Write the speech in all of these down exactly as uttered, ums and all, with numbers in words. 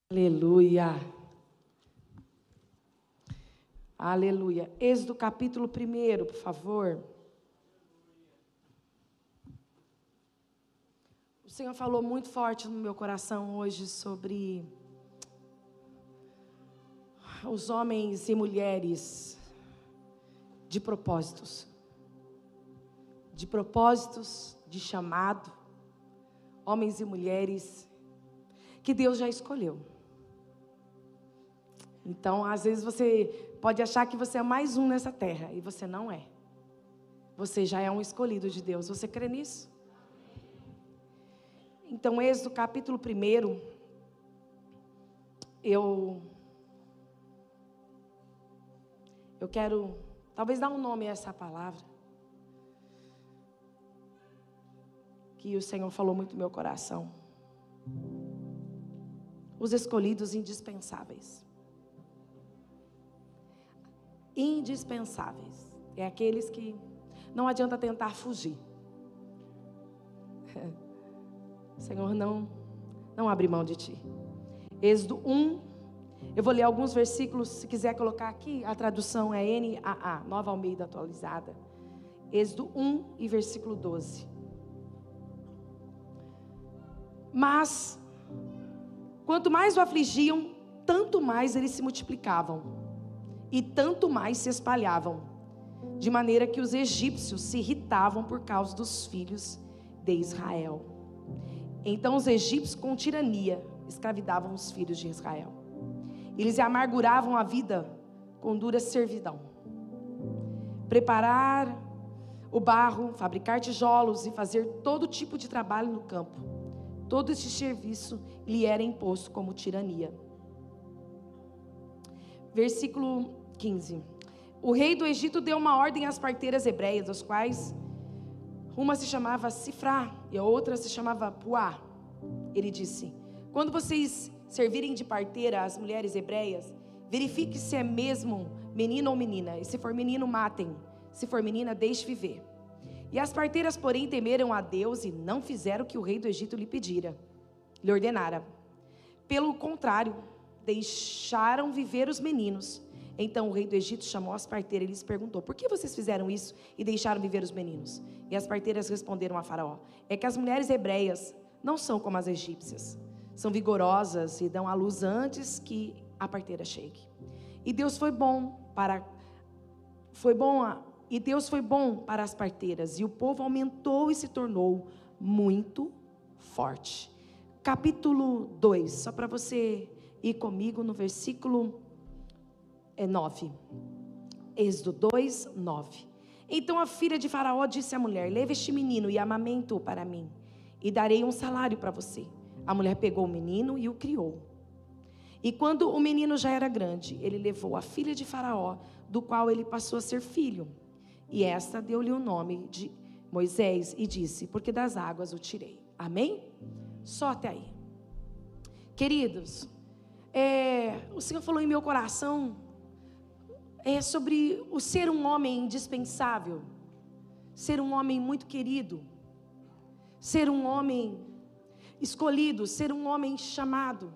Aleluia. Aleluia. Êxodo capítulo primeiro, por favor. O Senhor falou muito forte no meu coração hoje sobre os homens e mulheres de propósitos. De propósitos, de chamado. Homens e mulheres que Deus já escolheu. Então, às vezes você pode achar que você é mais um nessa terra, e você não é. Você já é um escolhido de Deus. Você crê nisso? Então, Êxodo capítulo primeiro, eu, eu quero, talvez dar um nome a essa palavra, que o Senhor falou muito no meu coração. Os escolhidos indispensáveis. Indispensáveis. É aqueles que não adianta tentar fugir. Senhor, não, não abre mão de ti. Êxodo um, eu vou ler alguns versículos, se quiser colocar aqui, a tradução é N A A, Nova Almeida Atualizada. Êxodo um e versículo doze. Mas, quanto mais o afligiam, tanto mais eles se multiplicavam, e tanto mais se espalhavam, de maneira que os egípcios se irritavam por causa dos filhos de Israel. Então os egípcios com tirania escravizavam os filhos de Israel. Eles amarguravam a vida com dura servidão. Preparar o barro, fabricar tijolos e fazer todo tipo de trabalho no campo. Todo este serviço lhe era imposto como tirania. Versículo quinze. O rei do Egito deu uma ordem às parteiras hebreias, das quais uma se chamava Sifrá e a outra se chamava Puá. Ele disse: quando vocês servirem de parteira às mulheres hebreias, verifique se é mesmo menino ou menina, e se for menino, matem, se for menina, deixe viver. E as parteiras, porém, temeram a Deus e não fizeram o que o rei do Egito lhe pedira, lhe ordenara. Pelo contrário, deixaram viver os meninos. Então o rei do Egito chamou as parteiras e lhes perguntou: por que vocês fizeram isso e deixaram viver os meninos? E as parteiras responderam a Faraó: é que as mulheres hebreias não são como as egípcias, são vigorosas e dão à luz antes que a parteira chegue. E Deus foi bom para foi bom a, e Deus foi bom para as parteiras, e o povo aumentou e se tornou muito forte. Capítulo dois, só para você ir comigo no versículo é nove. Êxodo dois, nove. Então a filha de Faraó disse à mulher: leve este menino e amamente-o para mim, e darei um salário para você. A mulher pegou o menino e o criou. E quando o menino já era grande, ele levou a filha de Faraó, do qual ele passou a ser filho. E esta deu-lhe o nome de Moisés e disse: porque das águas o tirei. Amém? Só até aí. Queridos, é, o Senhor falou em meu coração é, sobre o ser um homem indispensável, ser um homem muito querido, ser um homem escolhido, ser um homem chamado,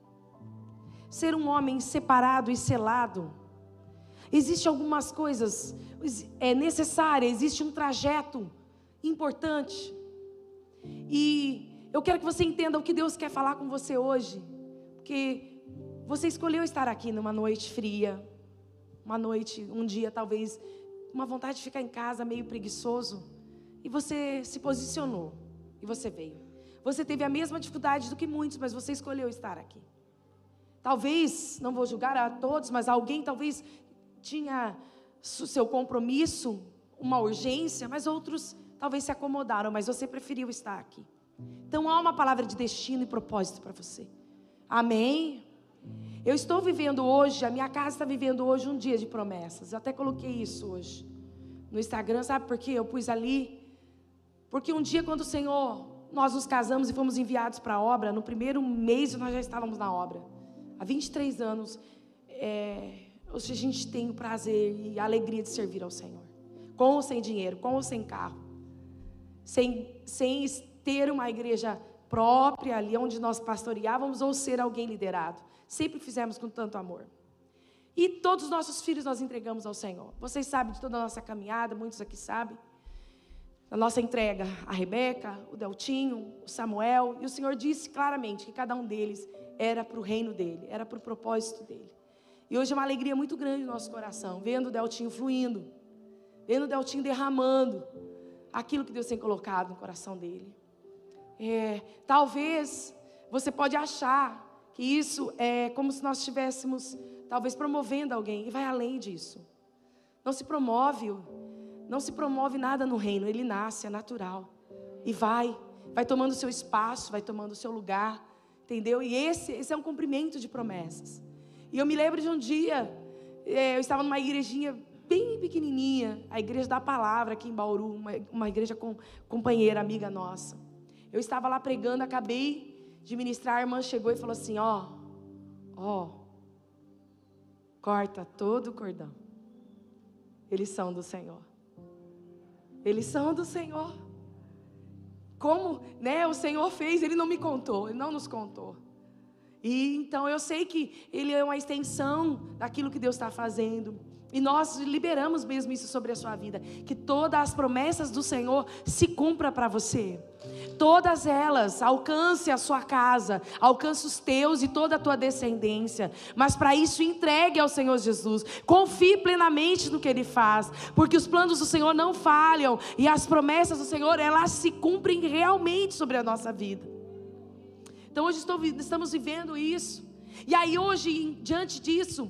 ser um homem separado e selado. Existem algumas coisas é, necessárias, existe um trajeto importante. E eu quero que você entenda o que Deus quer falar com você hoje, porque você escolheu estar aqui numa noite fria, uma noite, um dia talvez, uma vontade de ficar em casa meio preguiçoso, e você se posicionou, e você veio. Você teve a mesma dificuldade do que muitos, mas você escolheu estar aqui. Talvez, não vou julgar a todos, mas alguém talvez tinha seu compromisso, uma urgência, mas outros talvez se acomodaram, mas você preferiu estar aqui. Então há uma palavra de destino e propósito para você. Amém? Eu estou vivendo hoje, a minha casa está vivendo hoje um dia de promessas. Eu até coloquei isso hoje no Instagram, sabe por quê? Eu pus ali, porque um dia quando o Senhor, nós nos casamos e fomos enviados para a obra, no primeiro mês nós já estávamos na obra. Há vinte e três anos, é, hoje a gente tem o prazer e a alegria de servir ao Senhor. Com ou sem dinheiro, com ou sem carro. Sem, sem ter uma igreja própria, ali onde nós pastoreávamos, ou ser alguém liderado. Sempre fizemos com tanto amor. E todos os nossos filhos nós entregamos ao Senhor. Vocês sabem de toda a nossa caminhada, muitos aqui sabem. A nossa entrega, a Rebeca, o Deltinho, o Samuel. E o Senhor disse claramente que cada um deles era para o reino dele, era para o propósito dele. E hoje é uma alegria muito grande no nosso coração, vendo o Deltinho fluindo, vendo o Deltinho derramando aquilo que Deus tem colocado no coração dele. É, talvez você pode achar que isso é como se nós estivéssemos talvez promovendo alguém, e vai além disso. Não se promove, não se promove nada no reino, ele nasce, é natural. E vai, vai tomando seu espaço, vai tomando seu lugar, entendeu? E esse, esse é um cumprimento de promessas. E eu me lembro de um dia, é, eu estava numa igrejinha bem pequenininha, a igreja da palavra aqui em Bauru, uma, uma igreja com, companheira, amiga nossa. Eu estava lá pregando, acabei de ministrar, a irmã chegou e falou assim, ó, ó, corta todo o cordão. Eles são do Senhor. Eles são do Senhor. Como, né, o Senhor fez, Ele não me contou, Ele não nos contou. E então eu sei que Ele é uma extensão daquilo que Deus está fazendo. E nós liberamos mesmo isso sobre a sua vida. Que todas as promessas do Senhor se cumpram para você. Todas elas, alcance a sua casa, alcance os teus e toda a tua descendência. Mas para isso entregue ao Senhor Jesus. Confie plenamente no que Ele faz. Porque os planos do Senhor não falham. E as promessas do Senhor, elas se cumprem realmente sobre a nossa vida. Então hoje estou, estamos vivendo isso. E aí hoje, diante disso,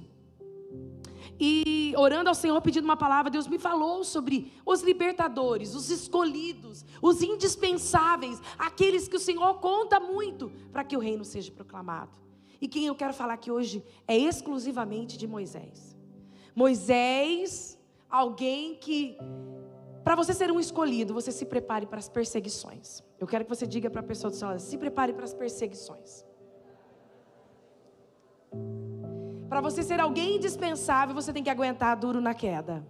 e orando ao Senhor, pedindo uma palavra, Deus me falou sobre os libertadores, os escolhidos, os indispensáveis, aqueles que o Senhor conta muito para que o reino seja proclamado. E quem eu quero falar aqui hoje é exclusivamente de Moisés. Moisés, alguém que, para você ser um escolhido, você se prepare para as perseguições. Eu quero que você diga para a pessoa do seu lado, se prepare para as perseguições. Para você ser alguém indispensável, você tem que aguentar duro na queda.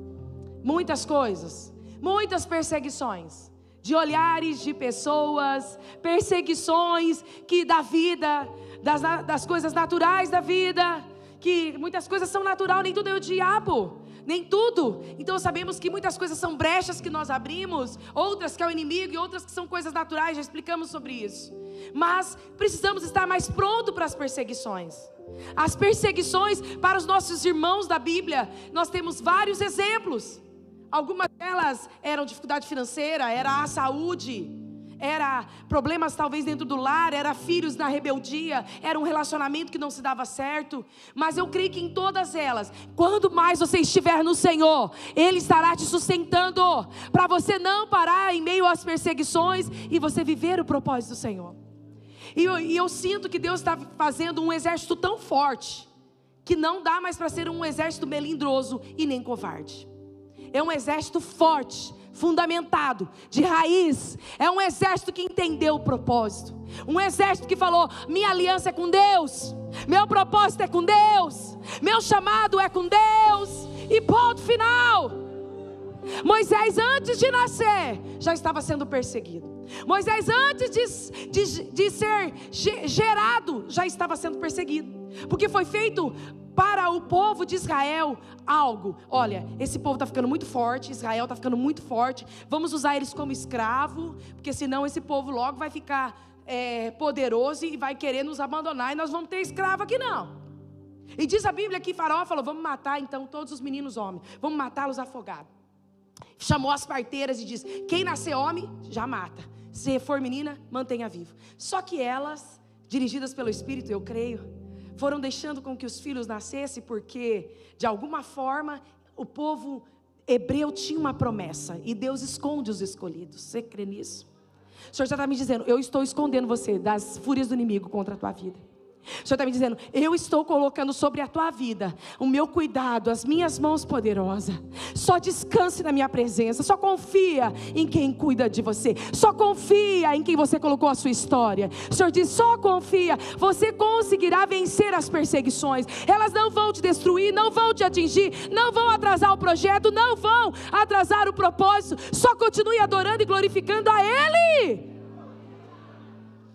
Muitas coisas, muitas perseguições, de olhares de pessoas, perseguições que da vida, das, das coisas naturais da vida, que muitas coisas são natural, nem tudo é o diabo, nem tudo. Então sabemos que muitas coisas são brechas que nós abrimos, outras que é o inimigo e outras que são coisas naturais, já explicamos sobre isso. Mas precisamos estar mais prontos para as perseguições. As perseguições para os nossos irmãos da Bíblia, nós temos vários exemplos. Algumas delas eram dificuldade financeira, era a saúde, era problemas talvez dentro do lar, era filhos na rebeldia, era um relacionamento que não se dava certo. Mas eu creio que em todas elas, quando mais você estiver no Senhor, Ele estará te sustentando, para você não parar em meio às perseguições e você viver o propósito do Senhor. E eu, e eu sinto que Deus está fazendo um exército tão forte, que não dá mais para ser um exército melindroso e nem covarde. É um exército forte, fundamentado, de raiz. É um exército que entendeu o propósito. Um exército que falou, minha aliança é com Deus, meu propósito é com Deus, meu chamado é com Deus, e ponto final. Moisés, antes de nascer, já estava sendo perseguido. Moisés, antes de, de, de ser gerado, já estava sendo perseguido. Porque foi feito para o povo de Israel algo. Olha, esse povo está ficando muito forte, Israel está ficando muito forte. Vamos usar eles como escravo, porque senão esse povo logo vai ficar é, poderoso e vai querer nos abandonar. E nós vamos ter escravo aqui não. E diz a Bíblia que Faraó falou, vamos matar então todos os meninos homens. Vamos matá-los afogados. Chamou as parteiras e disse, quem nascer homem, já mata. Se for menina, mantenha vivo. Só que elas, dirigidas pelo Espírito, eu creio, foram deixando com que os filhos nascessem, porque de alguma forma o povo hebreu tinha uma promessa, e Deus esconde os escolhidos. Você crê nisso? O Senhor já está me dizendo, eu estou escondendo você das fúrias do inimigo contra a tua vida. O Senhor está me dizendo, eu estou colocando sobre a tua vida o meu cuidado, as minhas mãos poderosas. Só descanse na minha presença, só confia em quem cuida de você, só confia em quem você colocou a sua história. O Senhor diz, só confia, você conseguirá vencer as perseguições. Elas não vão te destruir, não vão te atingir, não vão atrasar o projeto, não vão atrasar o propósito. Só continue adorando e glorificando a Ele.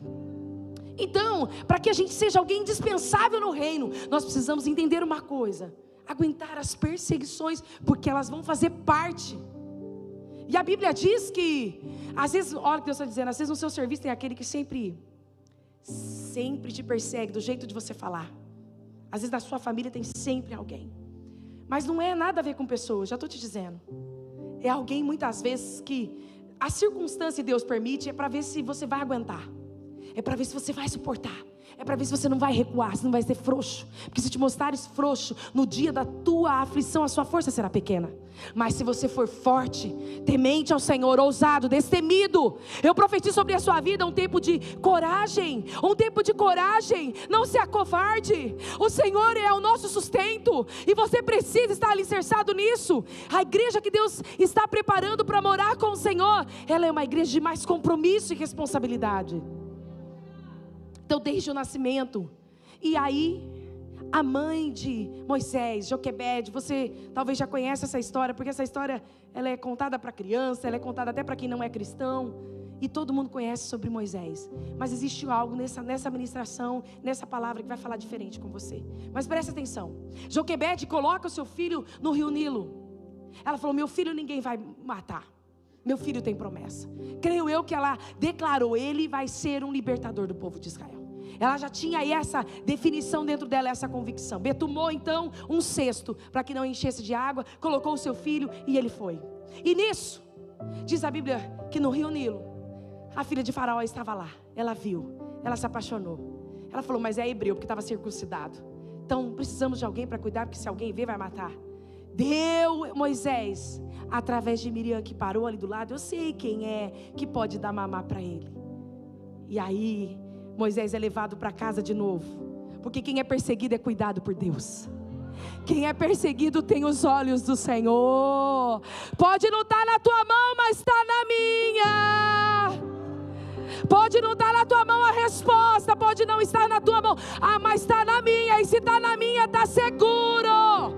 Então, para que a gente seja alguém indispensável no reino, nós precisamos entender uma coisa: aguentar as perseguições, porque elas vão fazer parte. E a Bíblia diz que, às vezes, olha o que Deus está dizendo, às vezes no seu serviço tem aquele que sempre, sempre te persegue, do jeito de você falar. Às vezes na sua família tem sempre alguém. Mas não é nada a ver com pessoas, já estou te dizendo. É alguém muitas vezes que a circunstância que Deus permite é para ver se você vai aguentar. É para ver se você vai suportar. É para ver se você não vai recuar, se não vai ser frouxo. Porque se te mostrares frouxo, no dia da tua aflição, a sua força será pequena. Mas se você for forte, temente ao Senhor, ousado, destemido, eu profetizo sobre a sua vida um tempo de coragem. Um tempo de coragem. Não se acovarde. O Senhor é o nosso sustento. E você precisa estar alicerçado nisso. A igreja que Deus está preparando para morar com o Senhor, ela é uma igreja de mais compromisso e responsabilidade. Então, desde o nascimento, e aí, a mãe de Moisés, Joquebede, você talvez já conhece essa história, porque essa história, ela é contada para criança, ela é contada até para quem não é cristão, e todo mundo conhece sobre Moisés. Mas existe algo nessa, nessa ministração, nessa palavra que vai falar diferente com você. Mas presta atenção, Joquebede coloca o seu filho no rio Nilo. Ela falou: meu filho ninguém vai matar. Meu filho tem promessa. Creio eu que ela declarou: ele vai ser um libertador do povo de Israel. Ela já tinha aí essa definição dentro dela, essa convicção. Betumou então um cesto para que não enchesse de água, colocou o seu filho e ele foi. E nisso, diz a Bíblia que no rio Nilo, a filha de Faraó estava lá. Ela viu, ela se apaixonou. Ela falou: mas é hebreu, porque estava circuncidado. Então precisamos de alguém para cuidar, porque se alguém ver vai matar. Deu Moisés, através de Miriam, que parou ali do lado: eu sei quem é que pode dar mamar para ele. E aí Moisés é levado para casa de novo, porque quem é perseguido é cuidado por Deus. Quem é perseguido tem os olhos do Senhor. Pode não estar na tua mão, mas está na minha. Pode não estar na tua mão a resposta, pode não estar na tua mão, ah, mas está na minha. E se está na minha, está seguro.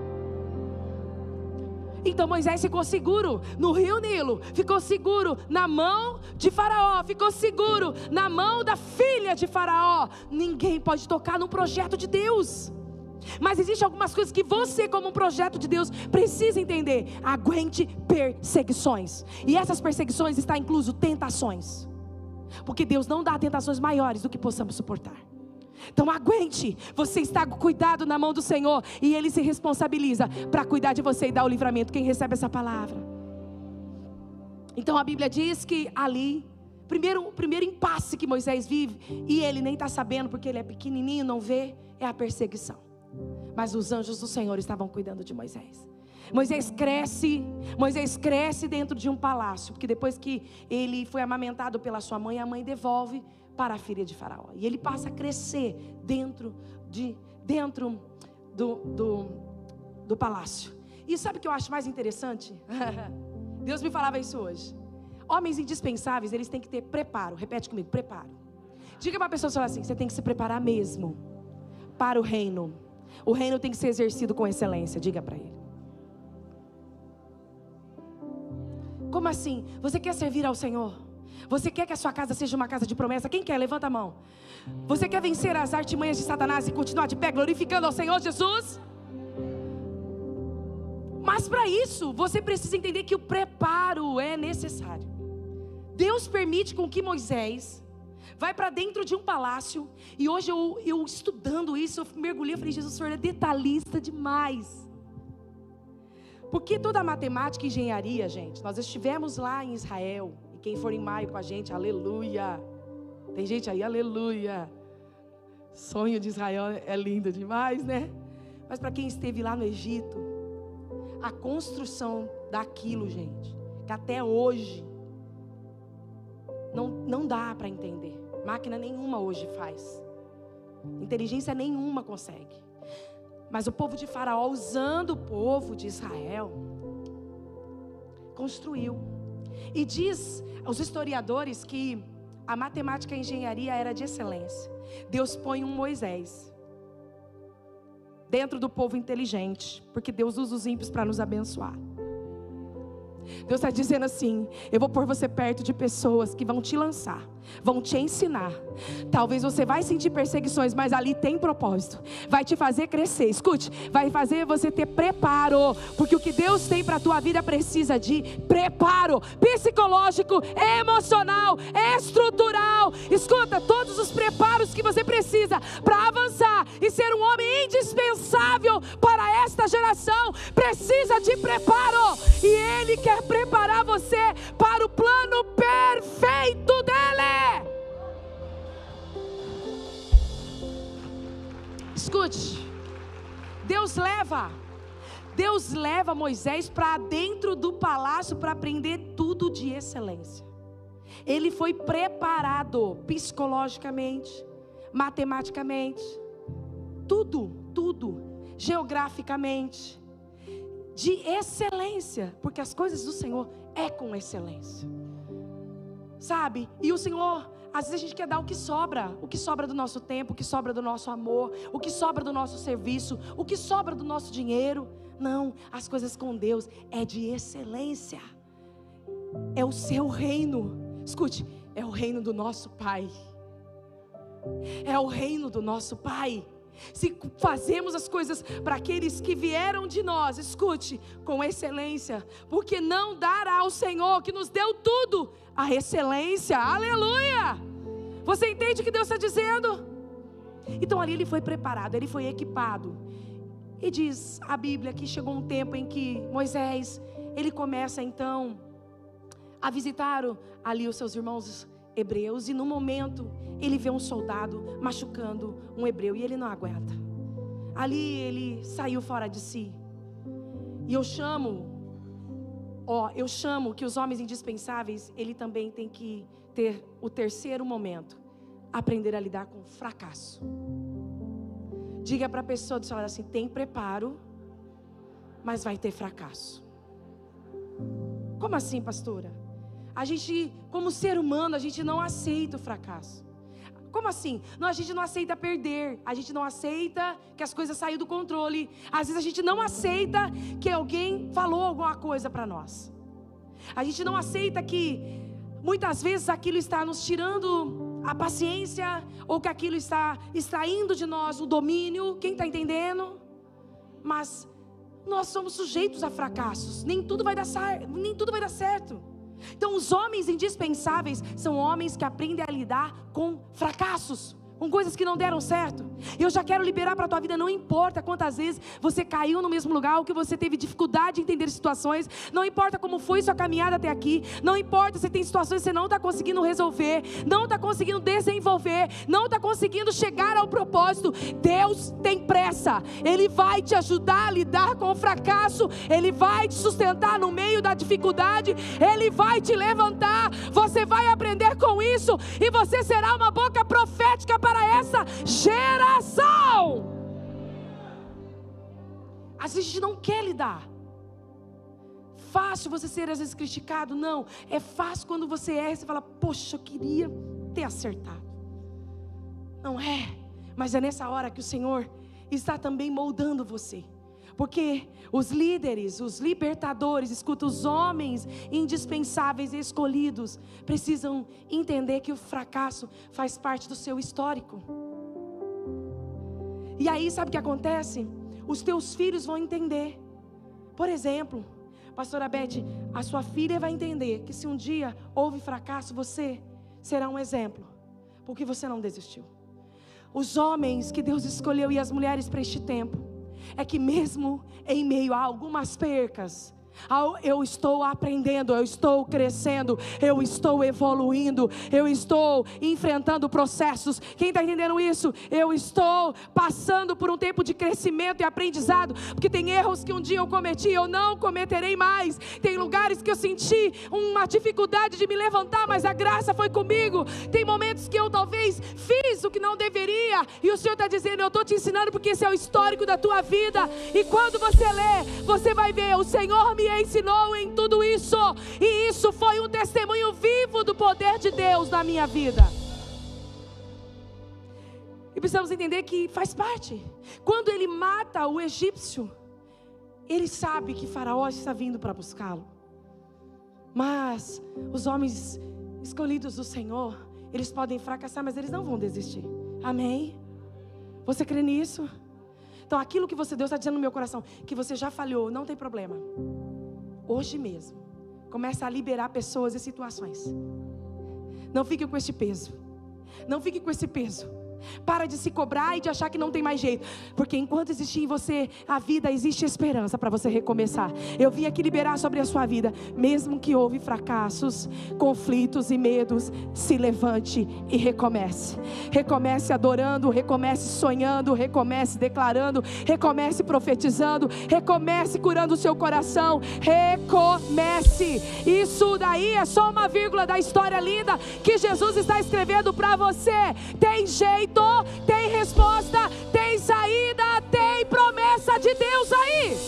Então Moisés ficou seguro no rio Nilo, ficou seguro na mão de Faraó, ficou seguro na mão da filha de Faraó. Ninguém pode tocar no projeto de Deus. Mas existem algumas coisas que você, como um projeto de Deus, precisa entender. Aguente perseguições. E essas perseguições estão incluso tentações, porque Deus não dá tentações maiores do que possamos suportar. Então aguente, você está cuidado na mão do Senhor, e Ele se responsabiliza para cuidar de você e dar o livramento. Quem recebe essa palavra? Então a Bíblia diz que ali, primeiro, o primeiro impasse que Moisés vive, e ele nem está sabendo porque ele é pequenininho, não vê, é a perseguição. Mas os anjos do Senhor estavam cuidando de Moisés. Moisés cresce, Moisés cresce dentro de um palácio, porque depois que ele foi amamentado pela sua mãe, a mãe devolve para a filha de Faraó, e ele passa a crescer dentro, de, dentro do, do, do palácio. E sabe o que eu acho mais interessante? Deus me falava isso hoje. Homens indispensáveis, eles têm que ter preparo. Repete comigo: preparo. Diga para a pessoa assim: você tem que se preparar mesmo para o reino. O reino tem que ser exercido com excelência. Diga para ele. Como assim? Você quer servir ao Senhor? Você quer que a sua casa seja uma casa de promessa? Quem quer? Levanta a mão. Você quer vencer as artimanhas de Satanás e continuar de pé glorificando ao Senhor Jesus? Mas para isso, você precisa entender que o preparo é necessário. Deus permite com que Moisés vai para dentro de um palácio. E hoje eu, eu estudando isso, eu mergulhei e falei: Jesus, o Senhor é detalhista demais. Porque toda a matemática e engenharia, gente, nós estivemos lá em Israel. E quem for em maio com a gente, aleluia. Tem gente aí, aleluia. Sonho de Israel é lindo demais, né? Mas para quem esteve lá no Egito, a construção daquilo, gente, que até hoje não, não dá para entender. Máquina nenhuma hoje faz. Inteligência nenhuma consegue. Mas o povo de Faraó, usando o povo de Israel, construiu. E diz os historiadores que a matemática e a engenharia era de excelência. Deus põe um Moisés dentro do povo inteligente, porque Deus usa os ímpios para nos abençoar. Deus está dizendo assim: eu vou pôr você perto de pessoas que vão te lançar, vão te ensinar. Talvez você vai sentir perseguições, mas ali tem propósito, vai te fazer crescer. Escute, vai fazer você ter preparo, porque o que Deus tem para a tua vida precisa de preparo psicológico, emocional, estrutural. Escuta, todos os preparos que você precisa para avançar e ser um homem indispensável para esta geração, precisa de preparo, e Ele quer preparar você para o plano perfeito dEle. Escute, Deus leva, Deus leva Moisés para dentro do palácio para aprender tudo de excelência. Ele foi preparado psicologicamente, matematicamente, tudo, tudo, geograficamente, de excelência, porque as coisas do Senhor é com excelência, sabe? E o Senhor, às vezes a gente quer dar o que sobra, o que sobra do nosso tempo, o que sobra do nosso amor, o que sobra do nosso serviço, o que sobra do nosso dinheiro. Não, as coisas com Deus é de excelência, é o seu reino. Escute, é o reino do nosso Pai, é o reino do nosso Pai. Se fazemos as coisas para aqueles que vieram de nós, escute, com excelência, porque não dará ao Senhor que nos deu tudo a excelência. Aleluia! Você entende o que Deus está dizendo? Então ali ele foi preparado, ele foi equipado. E diz a Bíblia que chegou um tempo em que Moisés, ele começa então a visitar ali os seus irmãos hebreus, e no momento ele vê um soldado machucando um hebreu e ele não aguenta. Ali ele saiu fora de si. E eu chamo, ó, eu chamo que os homens indispensáveis, ele também tem que ter o terceiro momento, aprender a lidar com fracasso. Diga para a pessoa do seu lado assim: tem preparo, mas vai ter fracasso. Como assim, pastora? A gente, como ser humano, a gente não aceita o fracasso. Como assim? Não, a gente não aceita perder, a gente não aceita que as coisas saíram do controle. Às vezes a gente não aceita que alguém falou alguma coisa para nós. A gente não aceita que muitas vezes aquilo está nos tirando a paciência, ou que aquilo está extraindo de nós o domínio. Quem está entendendo? Mas nós somos sujeitos a fracassos. Nem tudo vai dar certo, nem tudo vai dar certo. Então os homens indispensáveis são homens que aprendem a lidar com fracassos, com coisas que não deram certo. Eu já quero liberar para a tua vida, não importa quantas vezes você caiu no mesmo lugar, ou que você teve dificuldade em entender situações, não importa como foi sua caminhada até aqui, não importa se tem situações que você não está conseguindo resolver, não está conseguindo desenvolver, não está conseguindo chegar ao propósito. Deus tem pressa, Ele vai te ajudar a lidar com o fracasso, Ele vai te sustentar no meio da dificuldade, Ele vai te levantar, você vai aprender com isso, e você será uma boca profética para essa geração. Às vezes a gente não quer lidar. Fácil você ser às vezes criticado? Não, é fácil quando você erra e você fala: poxa, eu queria ter acertado. Não é, mas é nessa hora que o Senhor está também moldando você. Porque os líderes, os libertadores, escuta, os homens indispensáveis e escolhidos precisam entender que o fracasso faz parte do seu histórico. E aí sabe o que acontece? Os teus filhos vão entender. Por exemplo, pastora Beth, a sua filha vai entender que se um dia houve fracasso, você será um exemplo, porque você não desistiu. Os homens que Deus escolheu e as mulheres para este tempo, é que mesmo em meio a algumas percas, eu estou aprendendo, eu estou crescendo, eu estou evoluindo, eu estou enfrentando processos. Quem está entendendo isso? Eu estou passando por um tempo de crescimento e aprendizado, porque tem erros que um dia eu cometi, eu não cometerei mais. Tem lugares que eu senti uma dificuldade de me levantar, mas a graça foi comigo. Tem momentos que eu talvez fiz o que não deveria, e o Senhor está dizendo: eu estou te ensinando, porque esse é o histórico da tua vida. E quando você lê, você vai ver: o Senhor me ensinou em tudo isso, e isso foi um testemunho vivo do poder de Deus na minha vida. E precisamos entender que faz parte. Quando ele mata o egípcio, ele sabe que Faraó está vindo para buscá-lo. Mas os homens escolhidos do Senhor, eles podem fracassar, mas eles não vão desistir. Amém? Você crê nisso? Então aquilo que você, Deus está dizendo no meu coração, que você já falhou, não tem problema. Hoje mesmo, começa a liberar pessoas e situações. Não fique com esse peso. Não fique com esse peso. Para de se cobrar e de achar que não tem mais jeito, porque enquanto existir em você a vida, existe esperança para você recomeçar. Eu vim aqui liberar sobre a sua vida. Mesmo que houve fracassos, conflitos e medos, se levante e recomece. Recomece adorando, recomece sonhando, recomece declarando, recomece profetizando, recomece curando o seu coração. Recomece. Isso daí é só uma vírgula da história linda que Jesus está escrevendo para você. Tem jeito, tem resposta, tem saída, tem promessa de Deus aí.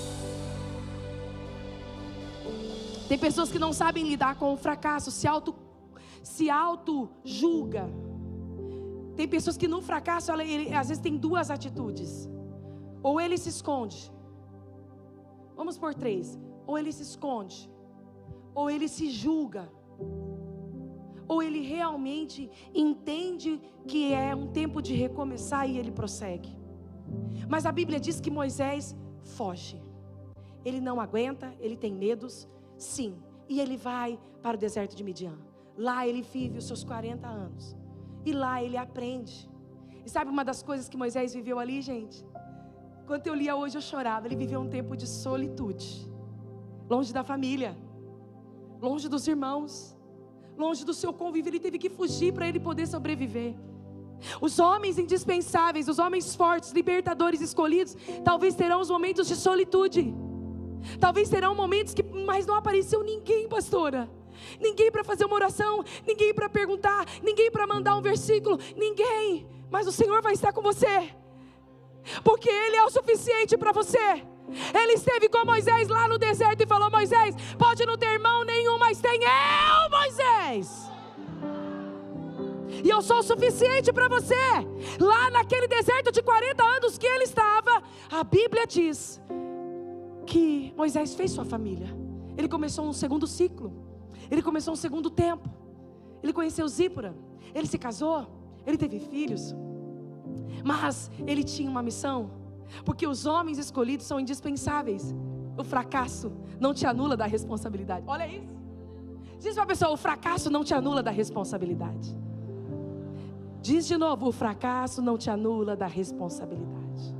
Tem pessoas que não sabem lidar com o fracasso, se auto, se auto julga. Tem pessoas que no fracasso, ela, ele, às vezes tem duas atitudes. Ou ele se esconde. Vamos por três. Ou ele se esconde, ou ele se julga, ou ele realmente entende que é um tempo de recomeçar e ele prossegue. Mas a Bíblia diz que Moisés foge. Ele não aguenta, ele tem medos, sim. E ele vai para o deserto de Midian. Lá ele vive os seus quarenta anos. E lá ele aprende. E sabe uma das coisas que Moisés viveu ali, gente? Quando eu lia hoje eu chorava. Ele viveu um tempo de solitude. Longe da família. Longe dos irmãos. Longe do seu convívio, ele teve que fugir para ele poder sobreviver. Os homens indispensáveis, os homens fortes, libertadores escolhidos, talvez terão os momentos de solitude. Talvez terão momentos que, mas não apareceu ninguém, pastora. Ninguém para fazer uma oração, ninguém para perguntar, ninguém para mandar um versículo, ninguém. Mas o Senhor vai estar com você, porque Ele é o suficiente para você. Ele esteve com Moisés lá no deserto e falou: Moisés, pode não ter irmão nenhum, mas tem eu, Moisés. E eu sou o suficiente para você. Lá naquele deserto de quarenta anos que ele estava, a Bíblia diz que Moisés fez sua família. Ele começou um segundo ciclo. Ele começou um segundo tempo. Ele conheceu Zípora. Ele se casou. Ele teve filhos. Mas ele tinha uma missão. Porque os homens escolhidos são indispensáveis. O fracasso não te anula da responsabilidade. Olha isso. Diz para a pessoa: o fracasso não te anula da responsabilidade. Diz de novo: o fracasso não te anula da responsabilidade.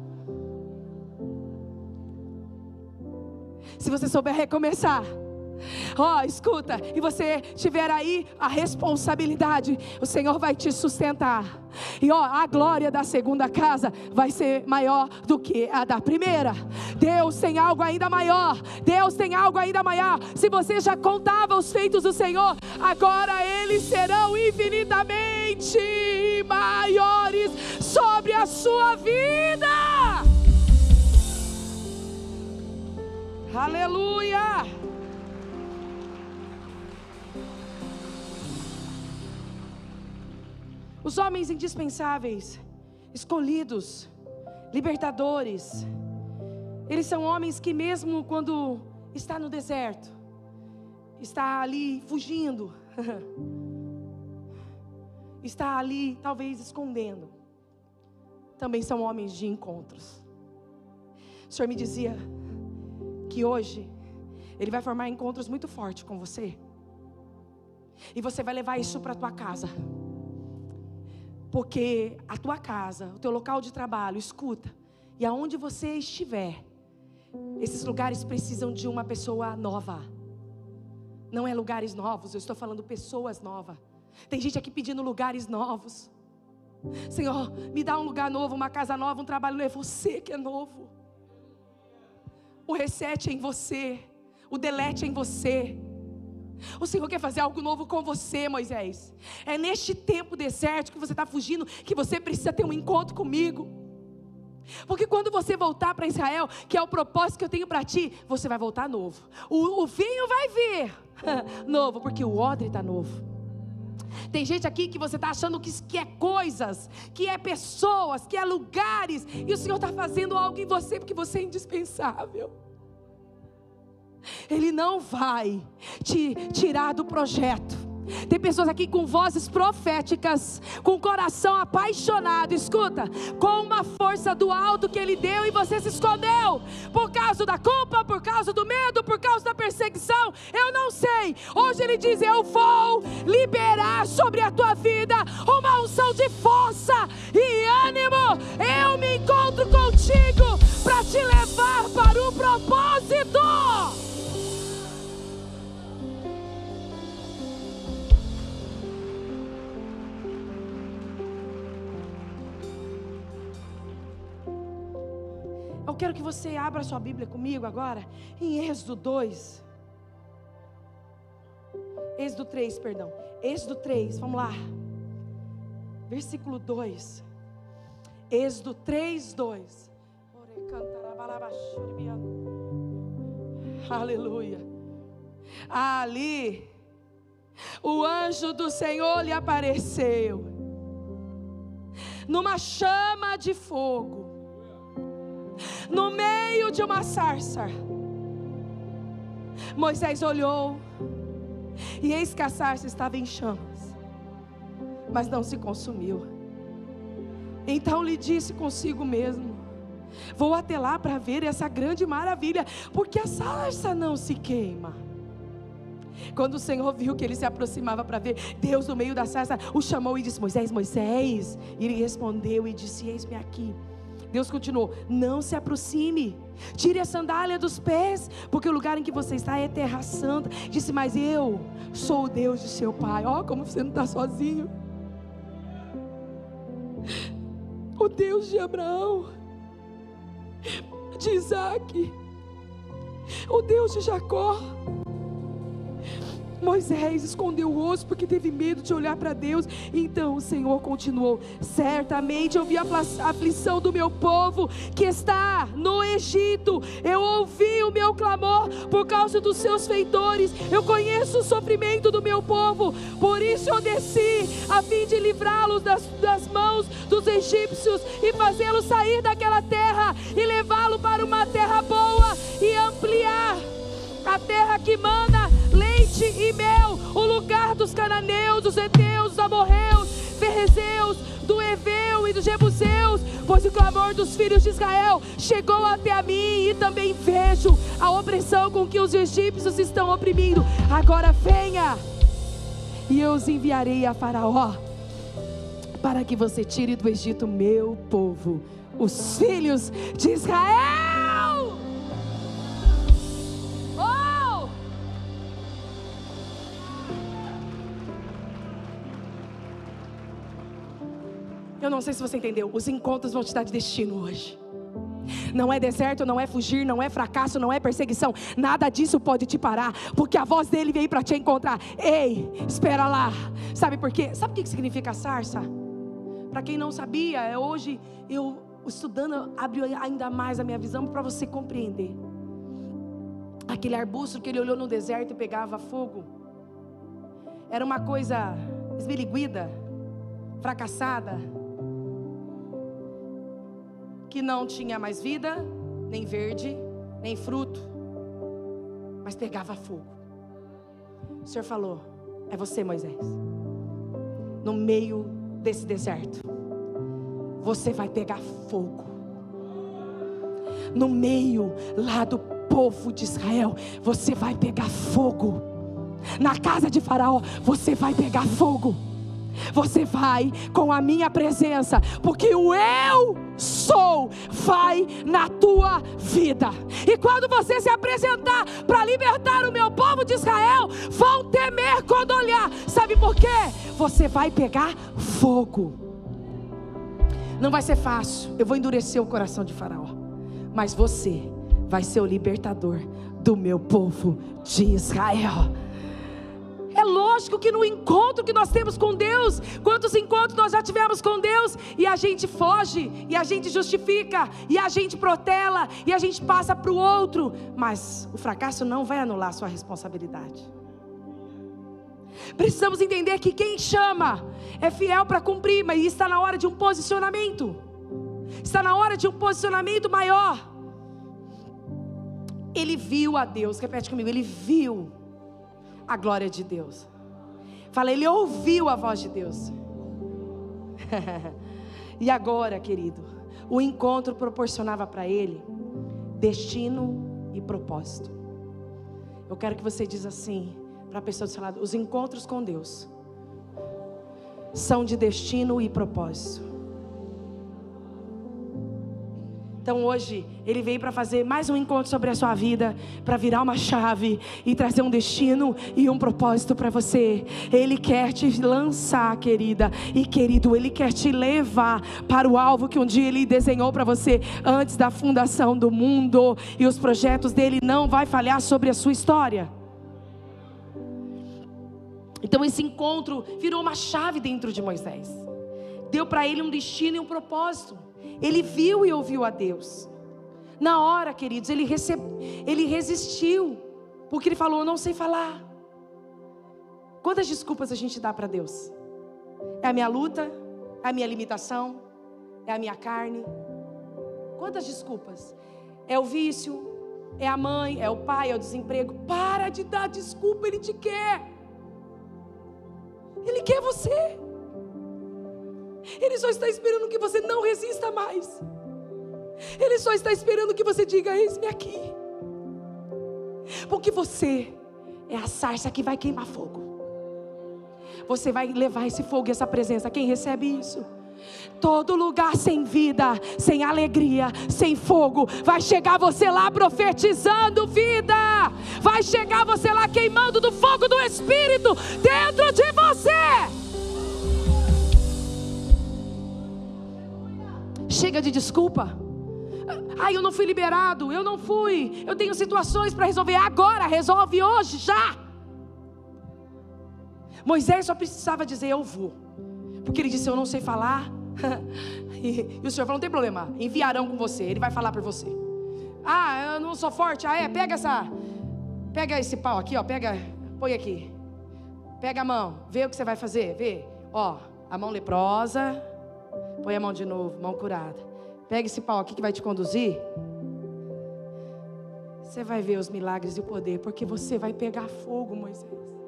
Se você souber recomeçar, ó, oh, escuta, e você tiver aí a responsabilidade, o Senhor vai te sustentar. E ó, a glória da segunda casa vai ser maior do que a da primeira. Deus tem algo ainda maior. Deus tem algo ainda maior. Se você já contava os feitos do Senhor, agora eles serão infinitamente maiores sobre a sua vida. Aleluia. Os homens indispensáveis, escolhidos, libertadores, eles são homens que mesmo quando está no deserto, está ali fugindo, está ali talvez escondendo, também são homens de encontros. O Senhor me dizia que hoje Ele vai formar encontros muito fortes com você, e você vai levar isso para a tua casa. Porque a tua casa, o teu local de trabalho, escuta, e aonde você estiver, esses lugares precisam de uma pessoa nova. Não é lugares novos, eu estou falando pessoas novas. Tem gente aqui pedindo lugares novos. Senhor, me dá um lugar novo, uma casa nova, um trabalho novo. É você que é novo. O reset é em você, o delete é em você. O Senhor quer fazer algo novo com você, Moisés. É neste tempo deserto que você está fugindo, que você precisa ter um encontro comigo. Porque quando você voltar para Israel, que é o propósito que eu tenho para ti, você vai voltar novo. O, o vinho vai vir novo, porque o odre está novo. Tem gente aqui que você está achando que, que é coisas, que é pessoas, que é lugares, e o Senhor está fazendo algo em você, porque você é indispensável. Ele não vai te tirar do projeto. Tem pessoas aqui com vozes proféticas, com o coração apaixonado, escuta, com uma força do alto que Ele deu e você se escondeu, por causa da culpa, por causa do medo, por causa da perseguição, eu não sei. Hoje Ele diz: eu vou liberar sobre a tua vida uma unção de força e ânimo. Eu me encontro contigo para te levar para o propósito. Eu quero que você abra sua Bíblia comigo agora, em Êxodo dois. Êxodo três, perdão. Êxodo três, vamos lá. Versículo dois. Êxodo três, dois. Aleluia. Ali, o anjo do Senhor lhe apareceu, numa chama de fogo, no meio de uma sarça. Moisés olhou, e eis que a sarça estava em chamas, mas não se consumiu. Então lhe disse consigo mesmo: vou até lá para ver essa grande maravilha, porque a sarça não se queima. Quando o Senhor viu que ele se aproximava para ver, Deus no meio da sarça o chamou e disse: Moisés, Moisés. E ele respondeu e disse: eis-me aqui. Deus continuou: não se aproxime, tire a sandália dos pés, porque o lugar em que você está é terra santa. Disse: mas eu sou o Deus de seu pai. Ó, oh, como você não está sozinho. O Deus de Abraão, de Isaac, o Deus de Jacó. Moisés escondeu o rosto porque teve medo de olhar para Deus. Então o Senhor continuou: certamente eu vi a aflição do meu povo que está no Egito. Eu ouvi o meu clamor por causa dos seus feitores. Eu conheço o sofrimento do meu povo. Por isso eu desci, a fim de livrá-los das, das mãos dos egípcios e fazê-los sair daquela terra e levá-lo para uma terra boa e ampliar a terra que mana leite e mel, o lugar dos cananeus, dos heteus, dos amorreus, ferrezeus, do Eveu e dos jebuseus, pois o clamor dos filhos de Israel chegou até a mim, e também vejo a opressão com que os egípcios estão oprimindo. Agora venha, e eu os enviarei a Faraó, para que você tire do Egito meu povo, os filhos de Israel. Eu não sei se você entendeu. Os encontros vão te dar de destino hoje. Não é deserto, não é fugir, não é fracasso, não é perseguição. Nada disso pode te parar, porque a voz dele veio para te encontrar. Ei, espera lá. Sabe por quê? Sabe o que significa sarça? Para quem não sabia, hoje eu estudando abriu ainda mais a minha visão para você compreender. Aquele arbusto que ele olhou no deserto e pegava fogo, era uma coisa esbeliguida, fracassada, que não tinha mais vida, nem verde, nem fruto, mas pegava fogo. O Senhor falou: é você, Moisés, no meio desse deserto, você vai pegar fogo. No meio lá do povo de Israel, você vai pegar fogo. Na casa de Faraó, você vai pegar fogo. Você vai com a minha presença, porque o eu sou vai na tua vida. E quando você se apresentar para libertar o meu povo de Israel, vão temer quando olhar. Sabe por quê? Você vai pegar fogo. Não vai ser fácil, eu vou endurecer o coração de Faraó, mas você vai ser o libertador do meu povo de Israel. É lógico que no encontro que nós temos com Deus, quantos encontros nós já tivemos com Deus, e a gente foge, e a gente justifica, e a gente protela, e a gente passa para o outro, mas o fracasso não vai anular a sua responsabilidade. Precisamos entender que quem chama é fiel para cumprir, mas está na hora de um posicionamento, está na hora de um posicionamento maior. ele viu a Deus. Repete comigo, ele viu a glória de Deus. Fala, ele ouviu a voz de Deus. E agora, querido, o encontro proporcionava para ele destino e propósito. Eu quero que você diz assim para a pessoa do seu lado: os encontros com Deus são de destino e propósito. Então hoje ele veio para fazer mais um encontro sobre a sua vida, para virar uma chave e trazer um destino e um propósito para você. Ele quer te lançar, querida e querido, ele quer te levar para o alvo que um dia ele desenhou para você antes da fundação do mundo, e os projetos dele não vai falhar sobre a sua história. Então esse encontro virou uma chave dentro de Moisés, deu para ele um destino e um propósito. Ele viu e ouviu a Deus. Na hora, queridos, ele, recebe, ele resistiu, porque ele falou: eu não sei falar. Quantas desculpas a gente dá para Deus? É a minha luta? É a minha limitação? É a minha carne? Quantas desculpas? É o vício? É a mãe? É o pai? É o desemprego? Para de dar desculpa, Ele te quer. Ele quer você. Ele só está esperando que você não resista mais. Ele só está esperando que você diga: eis-me aqui. Porque você é a sarça que vai queimar fogo. Você vai levar esse fogo e essa presença. Quem recebe isso? Todo lugar sem vida, sem alegria, sem fogo, vai chegar você lá profetizando vida. Vai chegar você lá queimando do fogo do Espírito dentro de você. Chega de desculpa. Ai, eu não fui liberado, eu não fui, eu tenho situações para resolver. Agora, resolve hoje, já. Moisés só precisava dizer: eu vou. Porque ele disse: eu não sei falar. e, e o Senhor falou: não tem problema, enviarão com você, Ele vai falar por você. Ah, eu não sou forte. Ah, é, pega essa, pega esse pau aqui, ó, pega, põe aqui. Pega a mão, vê o que você vai fazer, vê. Ó, a mão leprosa. Põe a mão de novo, mão curada. Pega esse pau aqui que vai te conduzir. Você vai ver os milagres e o poder, porque você vai pegar fogo, Moisés.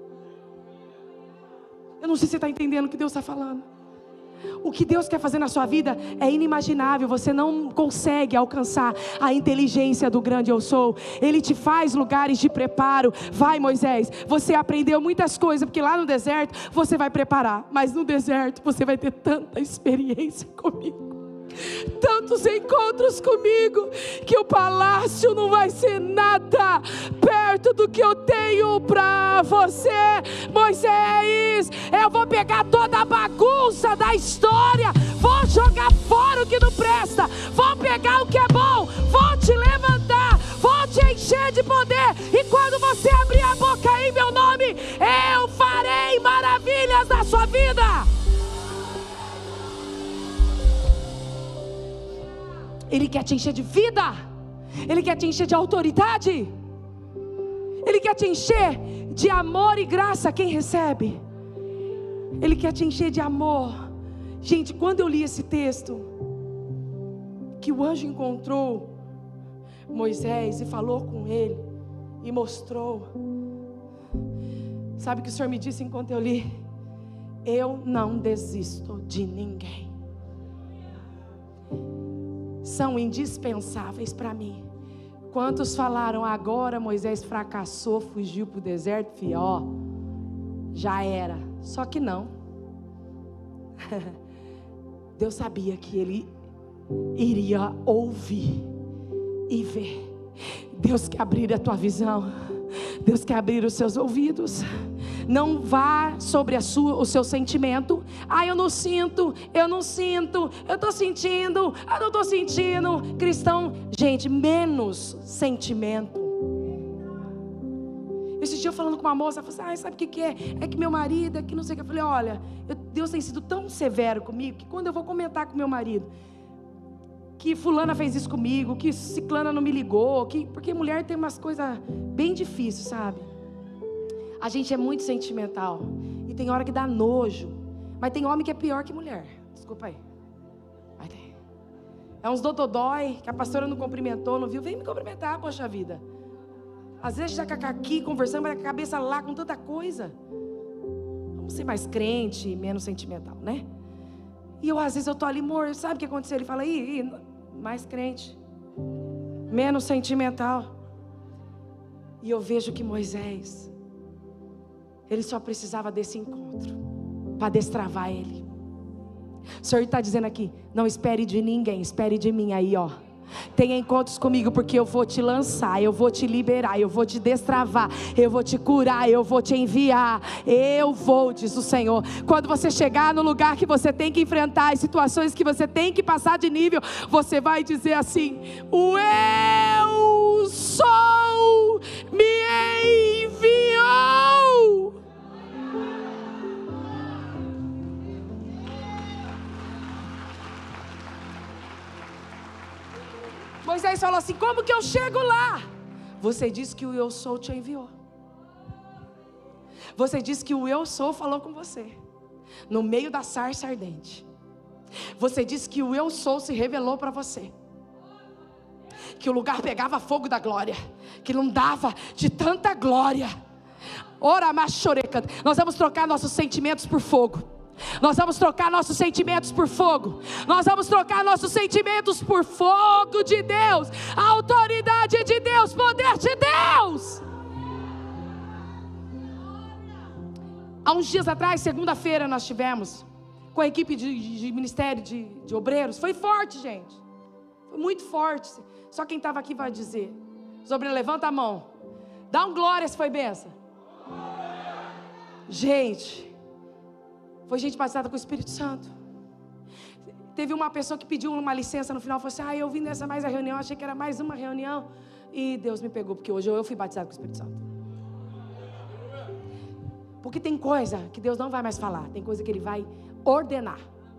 Eu não sei se você está entendendo o que Deus está falando. O que Deus quer fazer na sua vida é inimaginável. Você não consegue alcançar a inteligência do grande eu sou. Ele te faz lugares de preparo. Vai, Moisés, você aprendeu muitas coisas, porque lá no deserto você vai preparar, mas no deserto você vai ter tanta experiência comigo, tantos encontros comigo, que o palácio não vai ser nada perto do que eu tenho para você. Moisés, eu vou pegar toda a bagunça da história, vou jogar fora o que não presta, vou pegar o que é bom, vou te levantar, vou te encher de poder, e quando você abrir a boca em meu nome, eu farei maravilhas na sua vida. Ele quer te encher de vida. Ele quer te encher de autoridade. Ele quer te encher de amor e graça. Quem recebe? Ele quer te encher de amor. Gente, quando eu li esse texto, que o anjo encontrou Moisés e falou com ele e mostrou, sabe o que o Senhor me disse enquanto eu li? Eu não desisto de ninguém. São indispensáveis para mim. Quantos falaram: agora Moisés fracassou, fugiu para o deserto, filho, ó, já era. Só que não. Deus sabia que ele iria ouvir e ver. Deus quer abrir a tua visão. Deus quer abrir os seus ouvidos. Não vá sobre a sua, o seu sentimento. Ah, eu não sinto, eu não sinto, eu estou sentindo, eu não estou sentindo. Cristão, gente, menos sentimento. Esse dia eu falando com uma moça, ela falou assim: ah, sabe o que, que é? É que meu marido, é que não sei o que. Eu falei: olha, eu, Deus tem sido tão severo comigo, que quando eu vou comentar com meu marido que fulana fez isso comigo, que ciclana não me ligou, que, porque mulher tem umas coisas bem difíceis, sabe? A gente é muito sentimental, e tem hora que dá nojo, mas tem homem que é pior que mulher. Desculpa aí. É uns dododói que a pastora não cumprimentou, não viu? Vem me cumprimentar, poxa vida. Às vezes já está aqui conversando, mas a cabeça lá com tanta coisa. Vamos ser mais crente e menos sentimental, né? E eu, às vezes, eu estou ali, amor, sabe o que aconteceu? Ele fala, ih, ih, mais crente, menos sentimental. E eu vejo que Moisés, ele só precisava desse encontro para destravar ele. O Senhor está dizendo aqui, não espere de ninguém, espere de mim aí, ó. Tenha encontros comigo, porque eu vou te lançar, eu vou te liberar, eu vou te destravar, eu vou te curar, eu vou te enviar, eu vou, diz o Senhor. Quando você chegar no lugar que você tem que enfrentar, as situações que você tem que passar de nível, você vai dizer assim, o eu sou me enviou. Moisés falou assim, como que eu chego lá? Você disse que o eu sou te enviou. Você disse que o eu sou falou com você, no meio da sarça ardente. Você disse que o eu sou se revelou para você, que o lugar pegava fogo da glória, que não dava de tanta glória. Ora, machoreca. Nós vamos trocar nossos sentimentos por fogo. Nós vamos trocar nossos sentimentos por fogo. Nós vamos trocar nossos sentimentos por fogo de Deus, a autoridade de Deus, poder de Deus. Há uns dias atrás, segunda-feira, nós tivemos com a equipe de, de ministério de, de obreiros. Foi forte, gente. Foi muito forte. Só quem estava aqui vai dizer. Os obreiros, levanta a mão. Dá um glória se foi benção. Gente, foi gente batizada com o Espírito Santo. Teve uma pessoa que pediu uma licença no final, falou assim, ah, eu vim nessa mais a reunião, achei que era mais uma reunião, e Deus me pegou, porque hoje eu fui batizado com o Espírito Santo. Porque tem coisa que Deus não vai mais falar, tem coisa que Ele vai ordenar.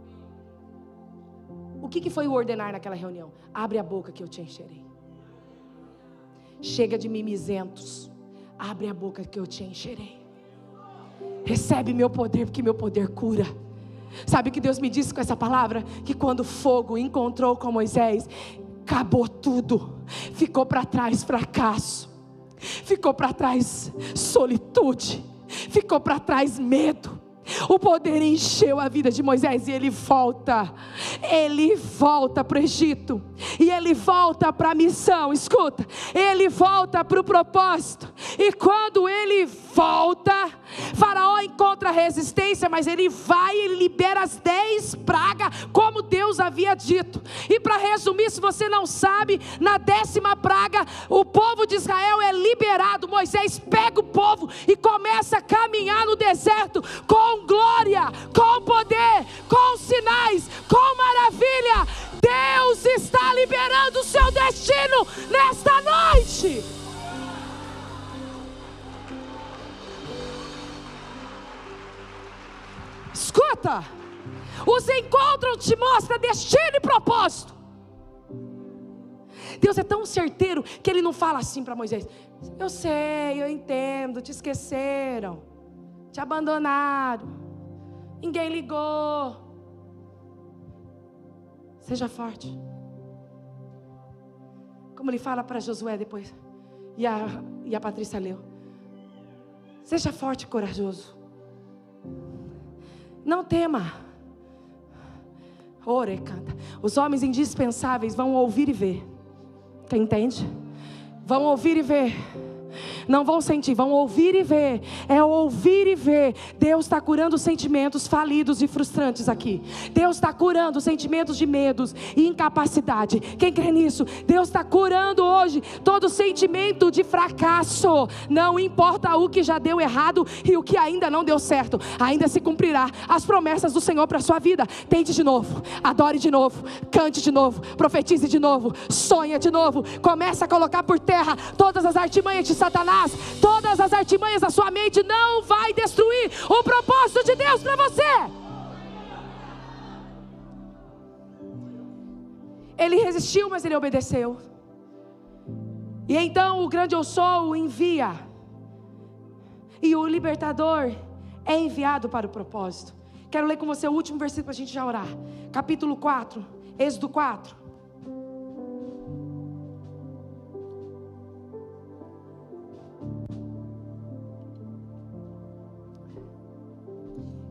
O que, que foi o ordenar naquela reunião? Abre a boca que eu te encherei. Chega de mimizentos, abre a boca que eu te encherei. Recebe meu poder, porque meu poder cura. Sabe o que Deus me disse com essa palavra? Que quando o fogo encontrou com Moisés, acabou tudo. Ficou para trás fracasso, ficou para trás solitude, ficou para trás medo. O poder encheu a vida de Moisés e ele volta, ele volta para o Egito, e ele volta para a missão, escuta, ele volta para o propósito, e quando ele volta, Faraó encontra resistência, mas ele vai e libera as dez pragas, como Deus havia dito. E para resumir, se você não sabe, na décima praga, o povo de Israel é liberado. Moisés pega o povo e começa a caminhar no deserto, com glória, com poder, com sinais, com maravilha. Deus está liberando o seu destino nesta noite. Escuta, os encontros te mostram destino e propósito. Deus é tão certeiro que Ele não fala assim para Moisés, eu sei, eu entendo, te esqueceram, te abandonaram, ninguém ligou. Seja forte, como Ele fala para Josué depois, e a, e a Patrícia leu, seja forte e corajoso, não tema. Ore, canta. Os homens indispensáveis vão ouvir e ver. Quem entende? Vão ouvir e ver. Não vão sentir, vão ouvir e ver. É ouvir e ver. Deus está curando sentimentos falidos e frustrantes aqui. Deus está curando sentimentos de medos e incapacidade. Quem crê nisso? Deus está curando hoje todo sentimento de fracasso. Não importa o que já deu errado e o que ainda não deu certo, ainda se cumprirá as promessas do Senhor para a sua vida. Tente de novo, adore de novo, cante de novo, profetize de novo, sonha de novo. Começa a colocar por terra todas as artimanhas de Satanás. Todas as artimanhas da sua mente. Não vai destruir o propósito de Deus para você. Ele resistiu, mas ele obedeceu. E então o grande eu sou o envia, e o libertador é enviado para o propósito. Quero ler com você o último versículo para a gente já orar. Capítulo quatro, Êxodo quatro.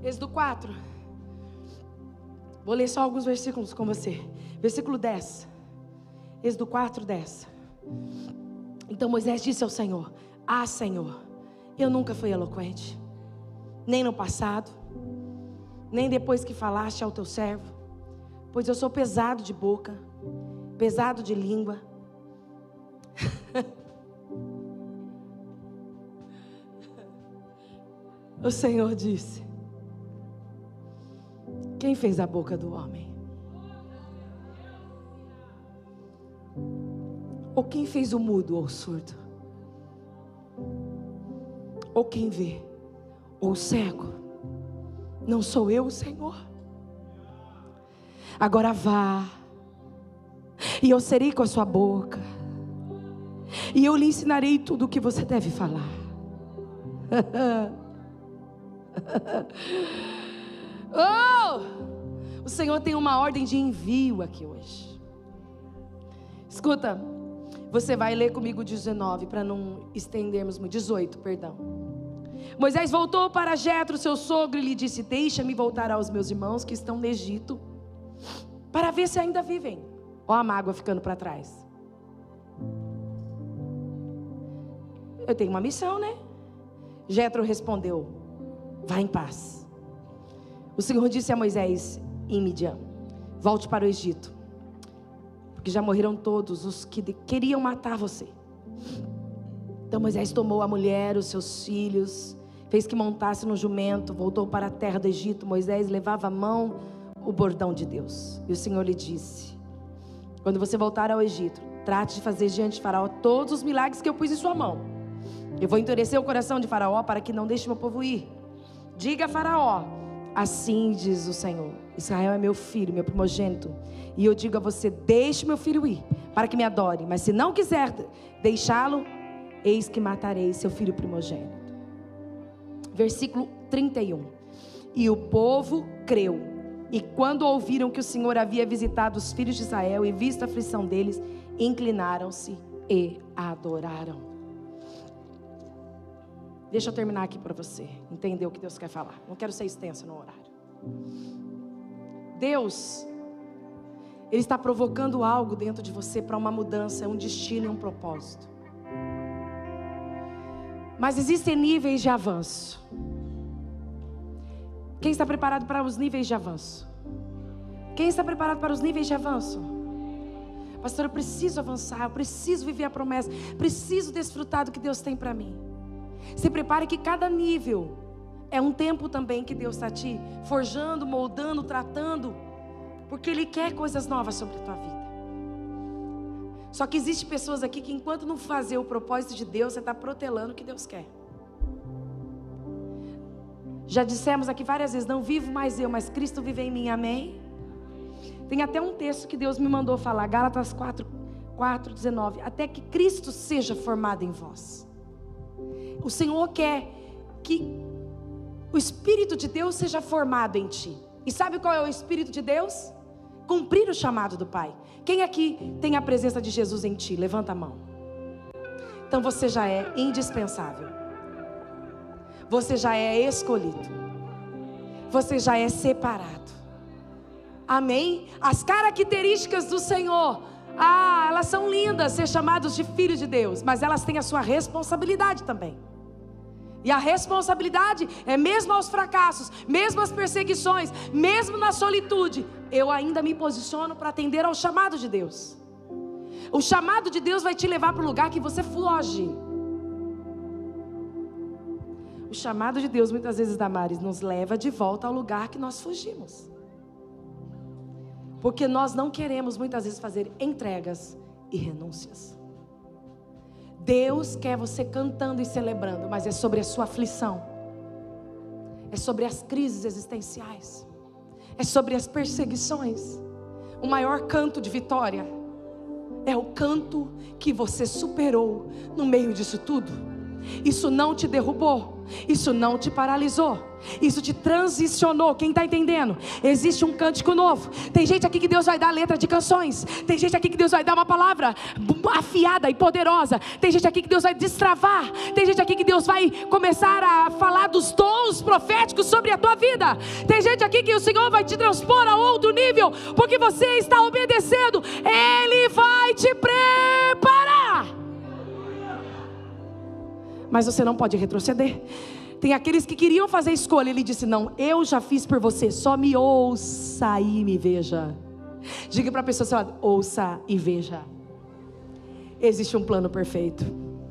Êxodo quatro. Vou ler só alguns versículos com você. Versículo dez. Êxodo quatro, dez. Então Moisés disse ao Senhor: Ah, Senhor, eu nunca fui eloquente, nem no passado, nem depois que falaste ao teu servo, pois eu sou pesado de boca, pesado de língua. O Senhor disse: quem fez a boca do homem? Ou quem fez o mudo ou o surdo? Ou quem vê ou o cego? Não sou eu, Senhor? Agora vá, e eu serei com a sua boca, e eu lhe ensinarei tudo o que você deve falar. Oh! O Senhor tem uma ordem de envio aqui hoje. Escuta, você vai ler comigo dezenove, para não estendermos muito. dezoito, perdão. Moisés voltou para Jetro, seu sogro, e lhe disse: deixa-me voltar aos meus irmãos que estão no Egito, para ver se ainda vivem. Ó a mágoa ficando para trás. Eu tenho uma missão, né? Jetro respondeu: vá em paz. O Senhor disse a Moisés em Midian: volte para o Egito, porque já morreram todos os que queriam matar você. Então Moisés tomou a mulher, os seus filhos, fez que montasse no jumento, voltou para a terra do Egito. Moisés levava à mão o bordão de Deus, e o Senhor lhe disse: quando você voltar ao Egito, trate de fazer diante de Faraó todos os milagres que eu pus em sua mão. Eu vou endurecer o coração de Faraó para que não deixe meu povo ir. Diga a Faraó: assim diz o Senhor, Israel é meu filho, meu primogênito, e eu digo a você: deixe meu filho ir, para que me adore. Mas se não quiser deixá-lo, eis que matarei seu filho primogênito. Versículo trinta e um. E o povo creu, e quando ouviram que o Senhor havia visitado os filhos de Israel e visto a aflição deles, inclinaram-se e adoraram. Deixa eu terminar aqui para você entender o que Deus quer falar. Não quero ser extenso no horário. Deus, Ele está provocando algo dentro de você para uma mudança, um destino e um propósito. Mas existem níveis de avanço. Quem está preparado para os níveis de avanço? Quem está preparado para os níveis de avanço? Pastor, eu preciso avançar, eu preciso viver a promessa, preciso desfrutar do que Deus tem para mim. Se prepare que cada nível é um tempo também que Deus está te forjando, moldando, tratando, porque Ele quer coisas novas sobre a tua vida. Só que existem pessoas aqui que enquanto não fazer o propósito de Deus, você está protelando o que Deus quer. Já dissemos aqui várias vezes: não vivo mais eu, mas Cristo vive em mim, amém? Tem até um texto que Deus me mandou falar, Gálatas quatro, quatro, dezenove, até que Cristo seja formado em vós. O Senhor quer que o Espírito de Deus seja formado em ti. E sabe qual é o Espírito de Deus? Cumprir o chamado do Pai. Quem aqui tem a presença de Jesus em ti? Levanta a mão. Então você já é indispensável. Você já é escolhido. Você já é separado. Amém? As características do Senhor, ah, elas são lindas, ser chamados de filhos de Deus, mas elas têm a sua responsabilidade também. E a responsabilidade é mesmo aos fracassos, mesmo às perseguições, mesmo na solitude, eu ainda me posiciono para atender ao chamado de Deus. O chamado de Deus vai te levar para o lugar que você foge. O chamado de Deus, muitas vezes, Damares, nos leva de volta ao lugar que nós fugimos. Porque nós não queremos, muitas vezes, fazer entregas e renúncias. Deus quer você cantando e celebrando, mas é sobre a sua aflição. É sobre as crises existenciais. É sobre as perseguições. O maior canto de vitória é o canto que você superou no meio disso tudo. Isso não te derrubou, isso não te paralisou, isso te transicionou. Quem está entendendo? Existe um cântico novo. Tem gente aqui que Deus vai dar letra de canções. Tem gente aqui que Deus vai dar uma palavra afiada e poderosa. Tem gente aqui que Deus vai destravar. Tem gente aqui que Deus vai começar a falar dos dons proféticos sobre a tua vida. Tem gente aqui que o Senhor vai te transpor a outro nível, porque você está obedecendo. Ele vai te preparar, mas você não pode retroceder. Tem aqueles que queriam fazer escolha. Ele disse: não, eu já fiz por você, só me ouça e me veja. Diga para a pessoa assim: ouça e veja. Existe um plano perfeito.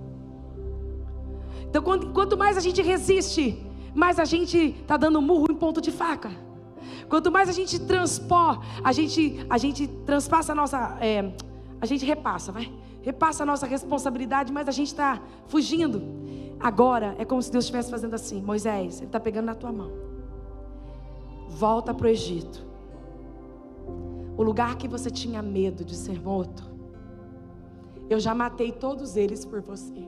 Então quanto mais a gente resiste, mais a gente está dando murro em ponto de faca. Quanto mais a gente transpor, a gente, a gente transpassa a nossa, é, a gente repassa, vai, repassa a nossa responsabilidade, mas a gente está fugindo. Agora é como se Deus estivesse fazendo assim: Moisés, Ele está pegando na tua mão, volta para o Egito, o lugar que você tinha medo de ser morto, eu já matei todos eles por você.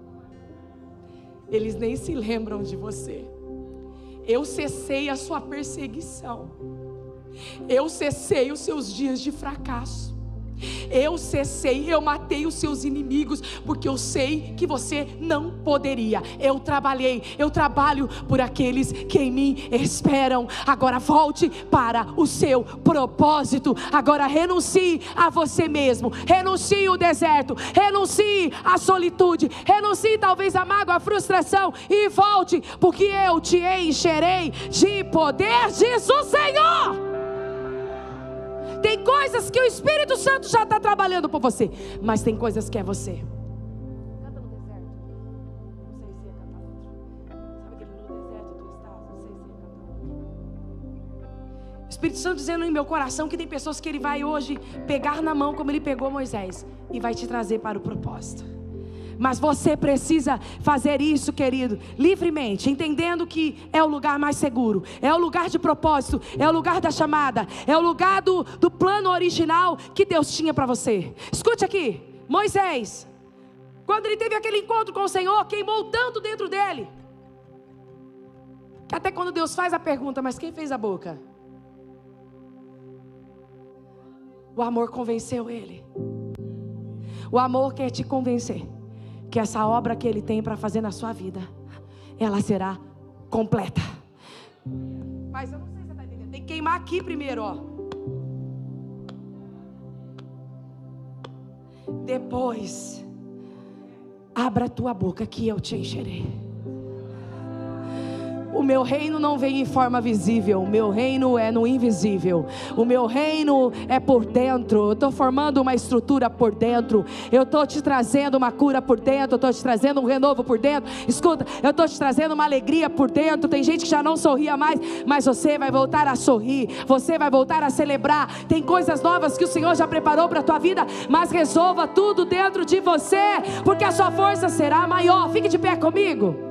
Eles nem se lembram de você. Eu cessei a sua perseguição. Eu cessei os seus dias de fracasso. Eu cessei, eu matei os seus inimigos, porque eu sei que você não poderia. Eu trabalhei, eu trabalho por aqueles que em mim esperam. Agora volte para o seu propósito. Agora renuncie a você mesmo, renuncie o deserto, renuncie a solitude, renuncie talvez a mágoa, a frustração, e volte, porque eu te encherei de poder, diz o Senhor. Tem coisas que o Espírito Santo já está trabalhando por você, mas tem coisas que é você. Canta no deserto. Não sei se ia cantar outro. Sabe aquele no deserto tu estás? Não sei se ia cantar outro. O Espírito Santo dizendo em meu coração que tem pessoas que Ele vai hoje pegar na mão como Ele pegou Moisés e vai te trazer para o propósito. Mas você precisa fazer isso, querido, livremente, entendendo que é o lugar mais seguro, é o lugar de propósito, é o lugar da chamada, é o lugar do, do plano original que Deus tinha para você. Escute aqui, Moisés, quando ele teve aquele encontro com o Senhor, queimou tanto dentro dele, que até quando Deus faz a pergunta: mas quem fez a boca? O amor convenceu ele. O amor quer te convencer que essa obra que Ele tem para fazer na sua vida, ela será completa. Mas eu não sei se você está entendendo. Tem que queimar aqui primeiro, ó. Depois, abra a tua boca que eu te encherei. O meu reino não vem em forma visível, o meu reino é no invisível. O meu reino é por dentro. Eu estou formando uma estrutura por dentro. Eu estou te trazendo uma cura por dentro. Eu estou te trazendo um renovo por dentro. Escuta, eu estou te trazendo uma alegria por dentro. Tem gente que já não sorria mais, mas você vai voltar a sorrir. Você vai voltar a celebrar. Tem coisas novas que o Senhor já preparou para a tua vida, mas resolva tudo dentro de você, porque a sua força será maior. Fique de pé comigo.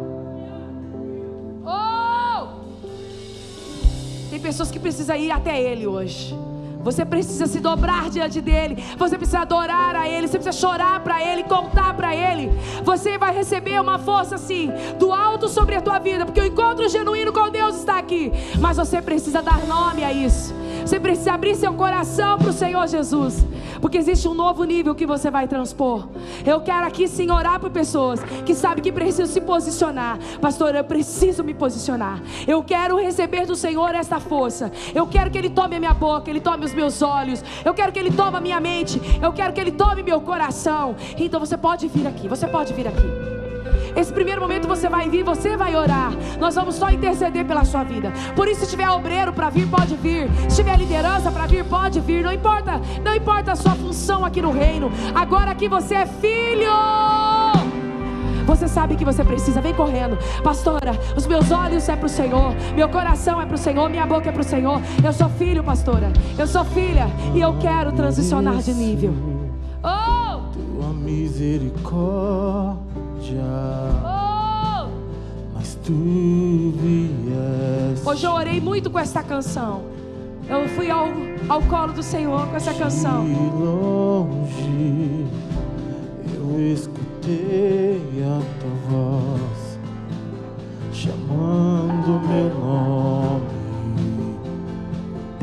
Tem pessoas que precisam ir até Ele hoje. Você precisa se dobrar diante dEle. Você precisa adorar a Ele. Você precisa chorar para Ele, contar para Ele. Você vai receber uma força assim, do alto sobre a tua vida, porque o encontro genuíno com Deus está aqui. Mas você precisa dar nome a isso. Você precisa abrir seu coração para o Senhor Jesus, porque existe um novo nível que você vai transpor. Eu quero aqui sim orar por pessoas que sabem que precisam se posicionar. Pastor, eu preciso me posicionar. Eu quero receber do Senhor esta força. Eu quero que Ele tome a minha boca, Ele tome os meus olhos. Eu quero que Ele tome a minha mente. Eu quero que Ele tome meu coração. Então você pode vir aqui, você pode vir aqui. Esse primeiro momento você vai vir, você vai orar. Nós vamos só interceder pela sua vida. Por isso, se tiver obreiro para vir, pode vir. Se tiver liderança para vir, pode vir. Não importa, não importa a sua função aqui no reino. Agora que você é filho, você sabe que você precisa. Vem correndo. Pastora, os meus olhos é para o Senhor, meu coração é para o Senhor, minha boca é para o Senhor. Eu sou filho, pastora. Eu sou filha e eu quero transicionar de nível. Oh! Tua misericórdia, oh! mas tu vieste. Hoje eu orei muito com essa canção. Eu fui ao, ao colo do Senhor com essa canção. De longe eu escutei a tua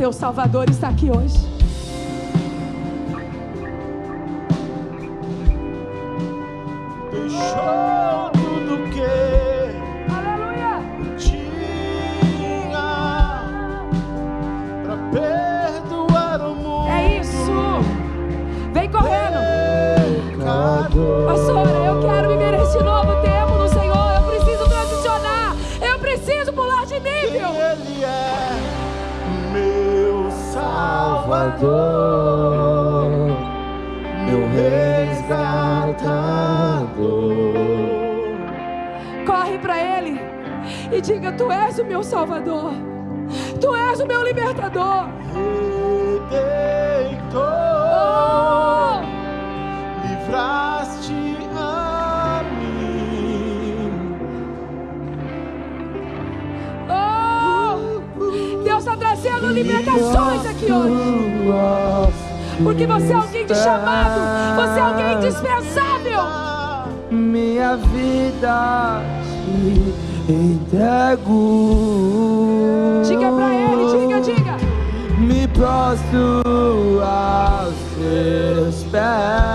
meu Salvador está aqui hoje. Deixou tudo que Aleluia. tinha pra perdoar o mundo. É isso. Vem correndo. Pecador. Pastora, eu quero viver esse novo tempo no Senhor. Eu preciso transicionar. Eu preciso pular de nível. Ele é meu Salvador, meu resgatador. Corre para Ele e diga: Tu és o meu Salvador. Tu és o meu libertador. Redentor, Oh! livraste a mim. Oh! Deus está trazendo libertações aqui hoje. Porque você é alguém de chamado. Você é alguém indispensável. Minha vida te entrego. Diga pra Ele, diga, diga. Me prostro aos teus pés.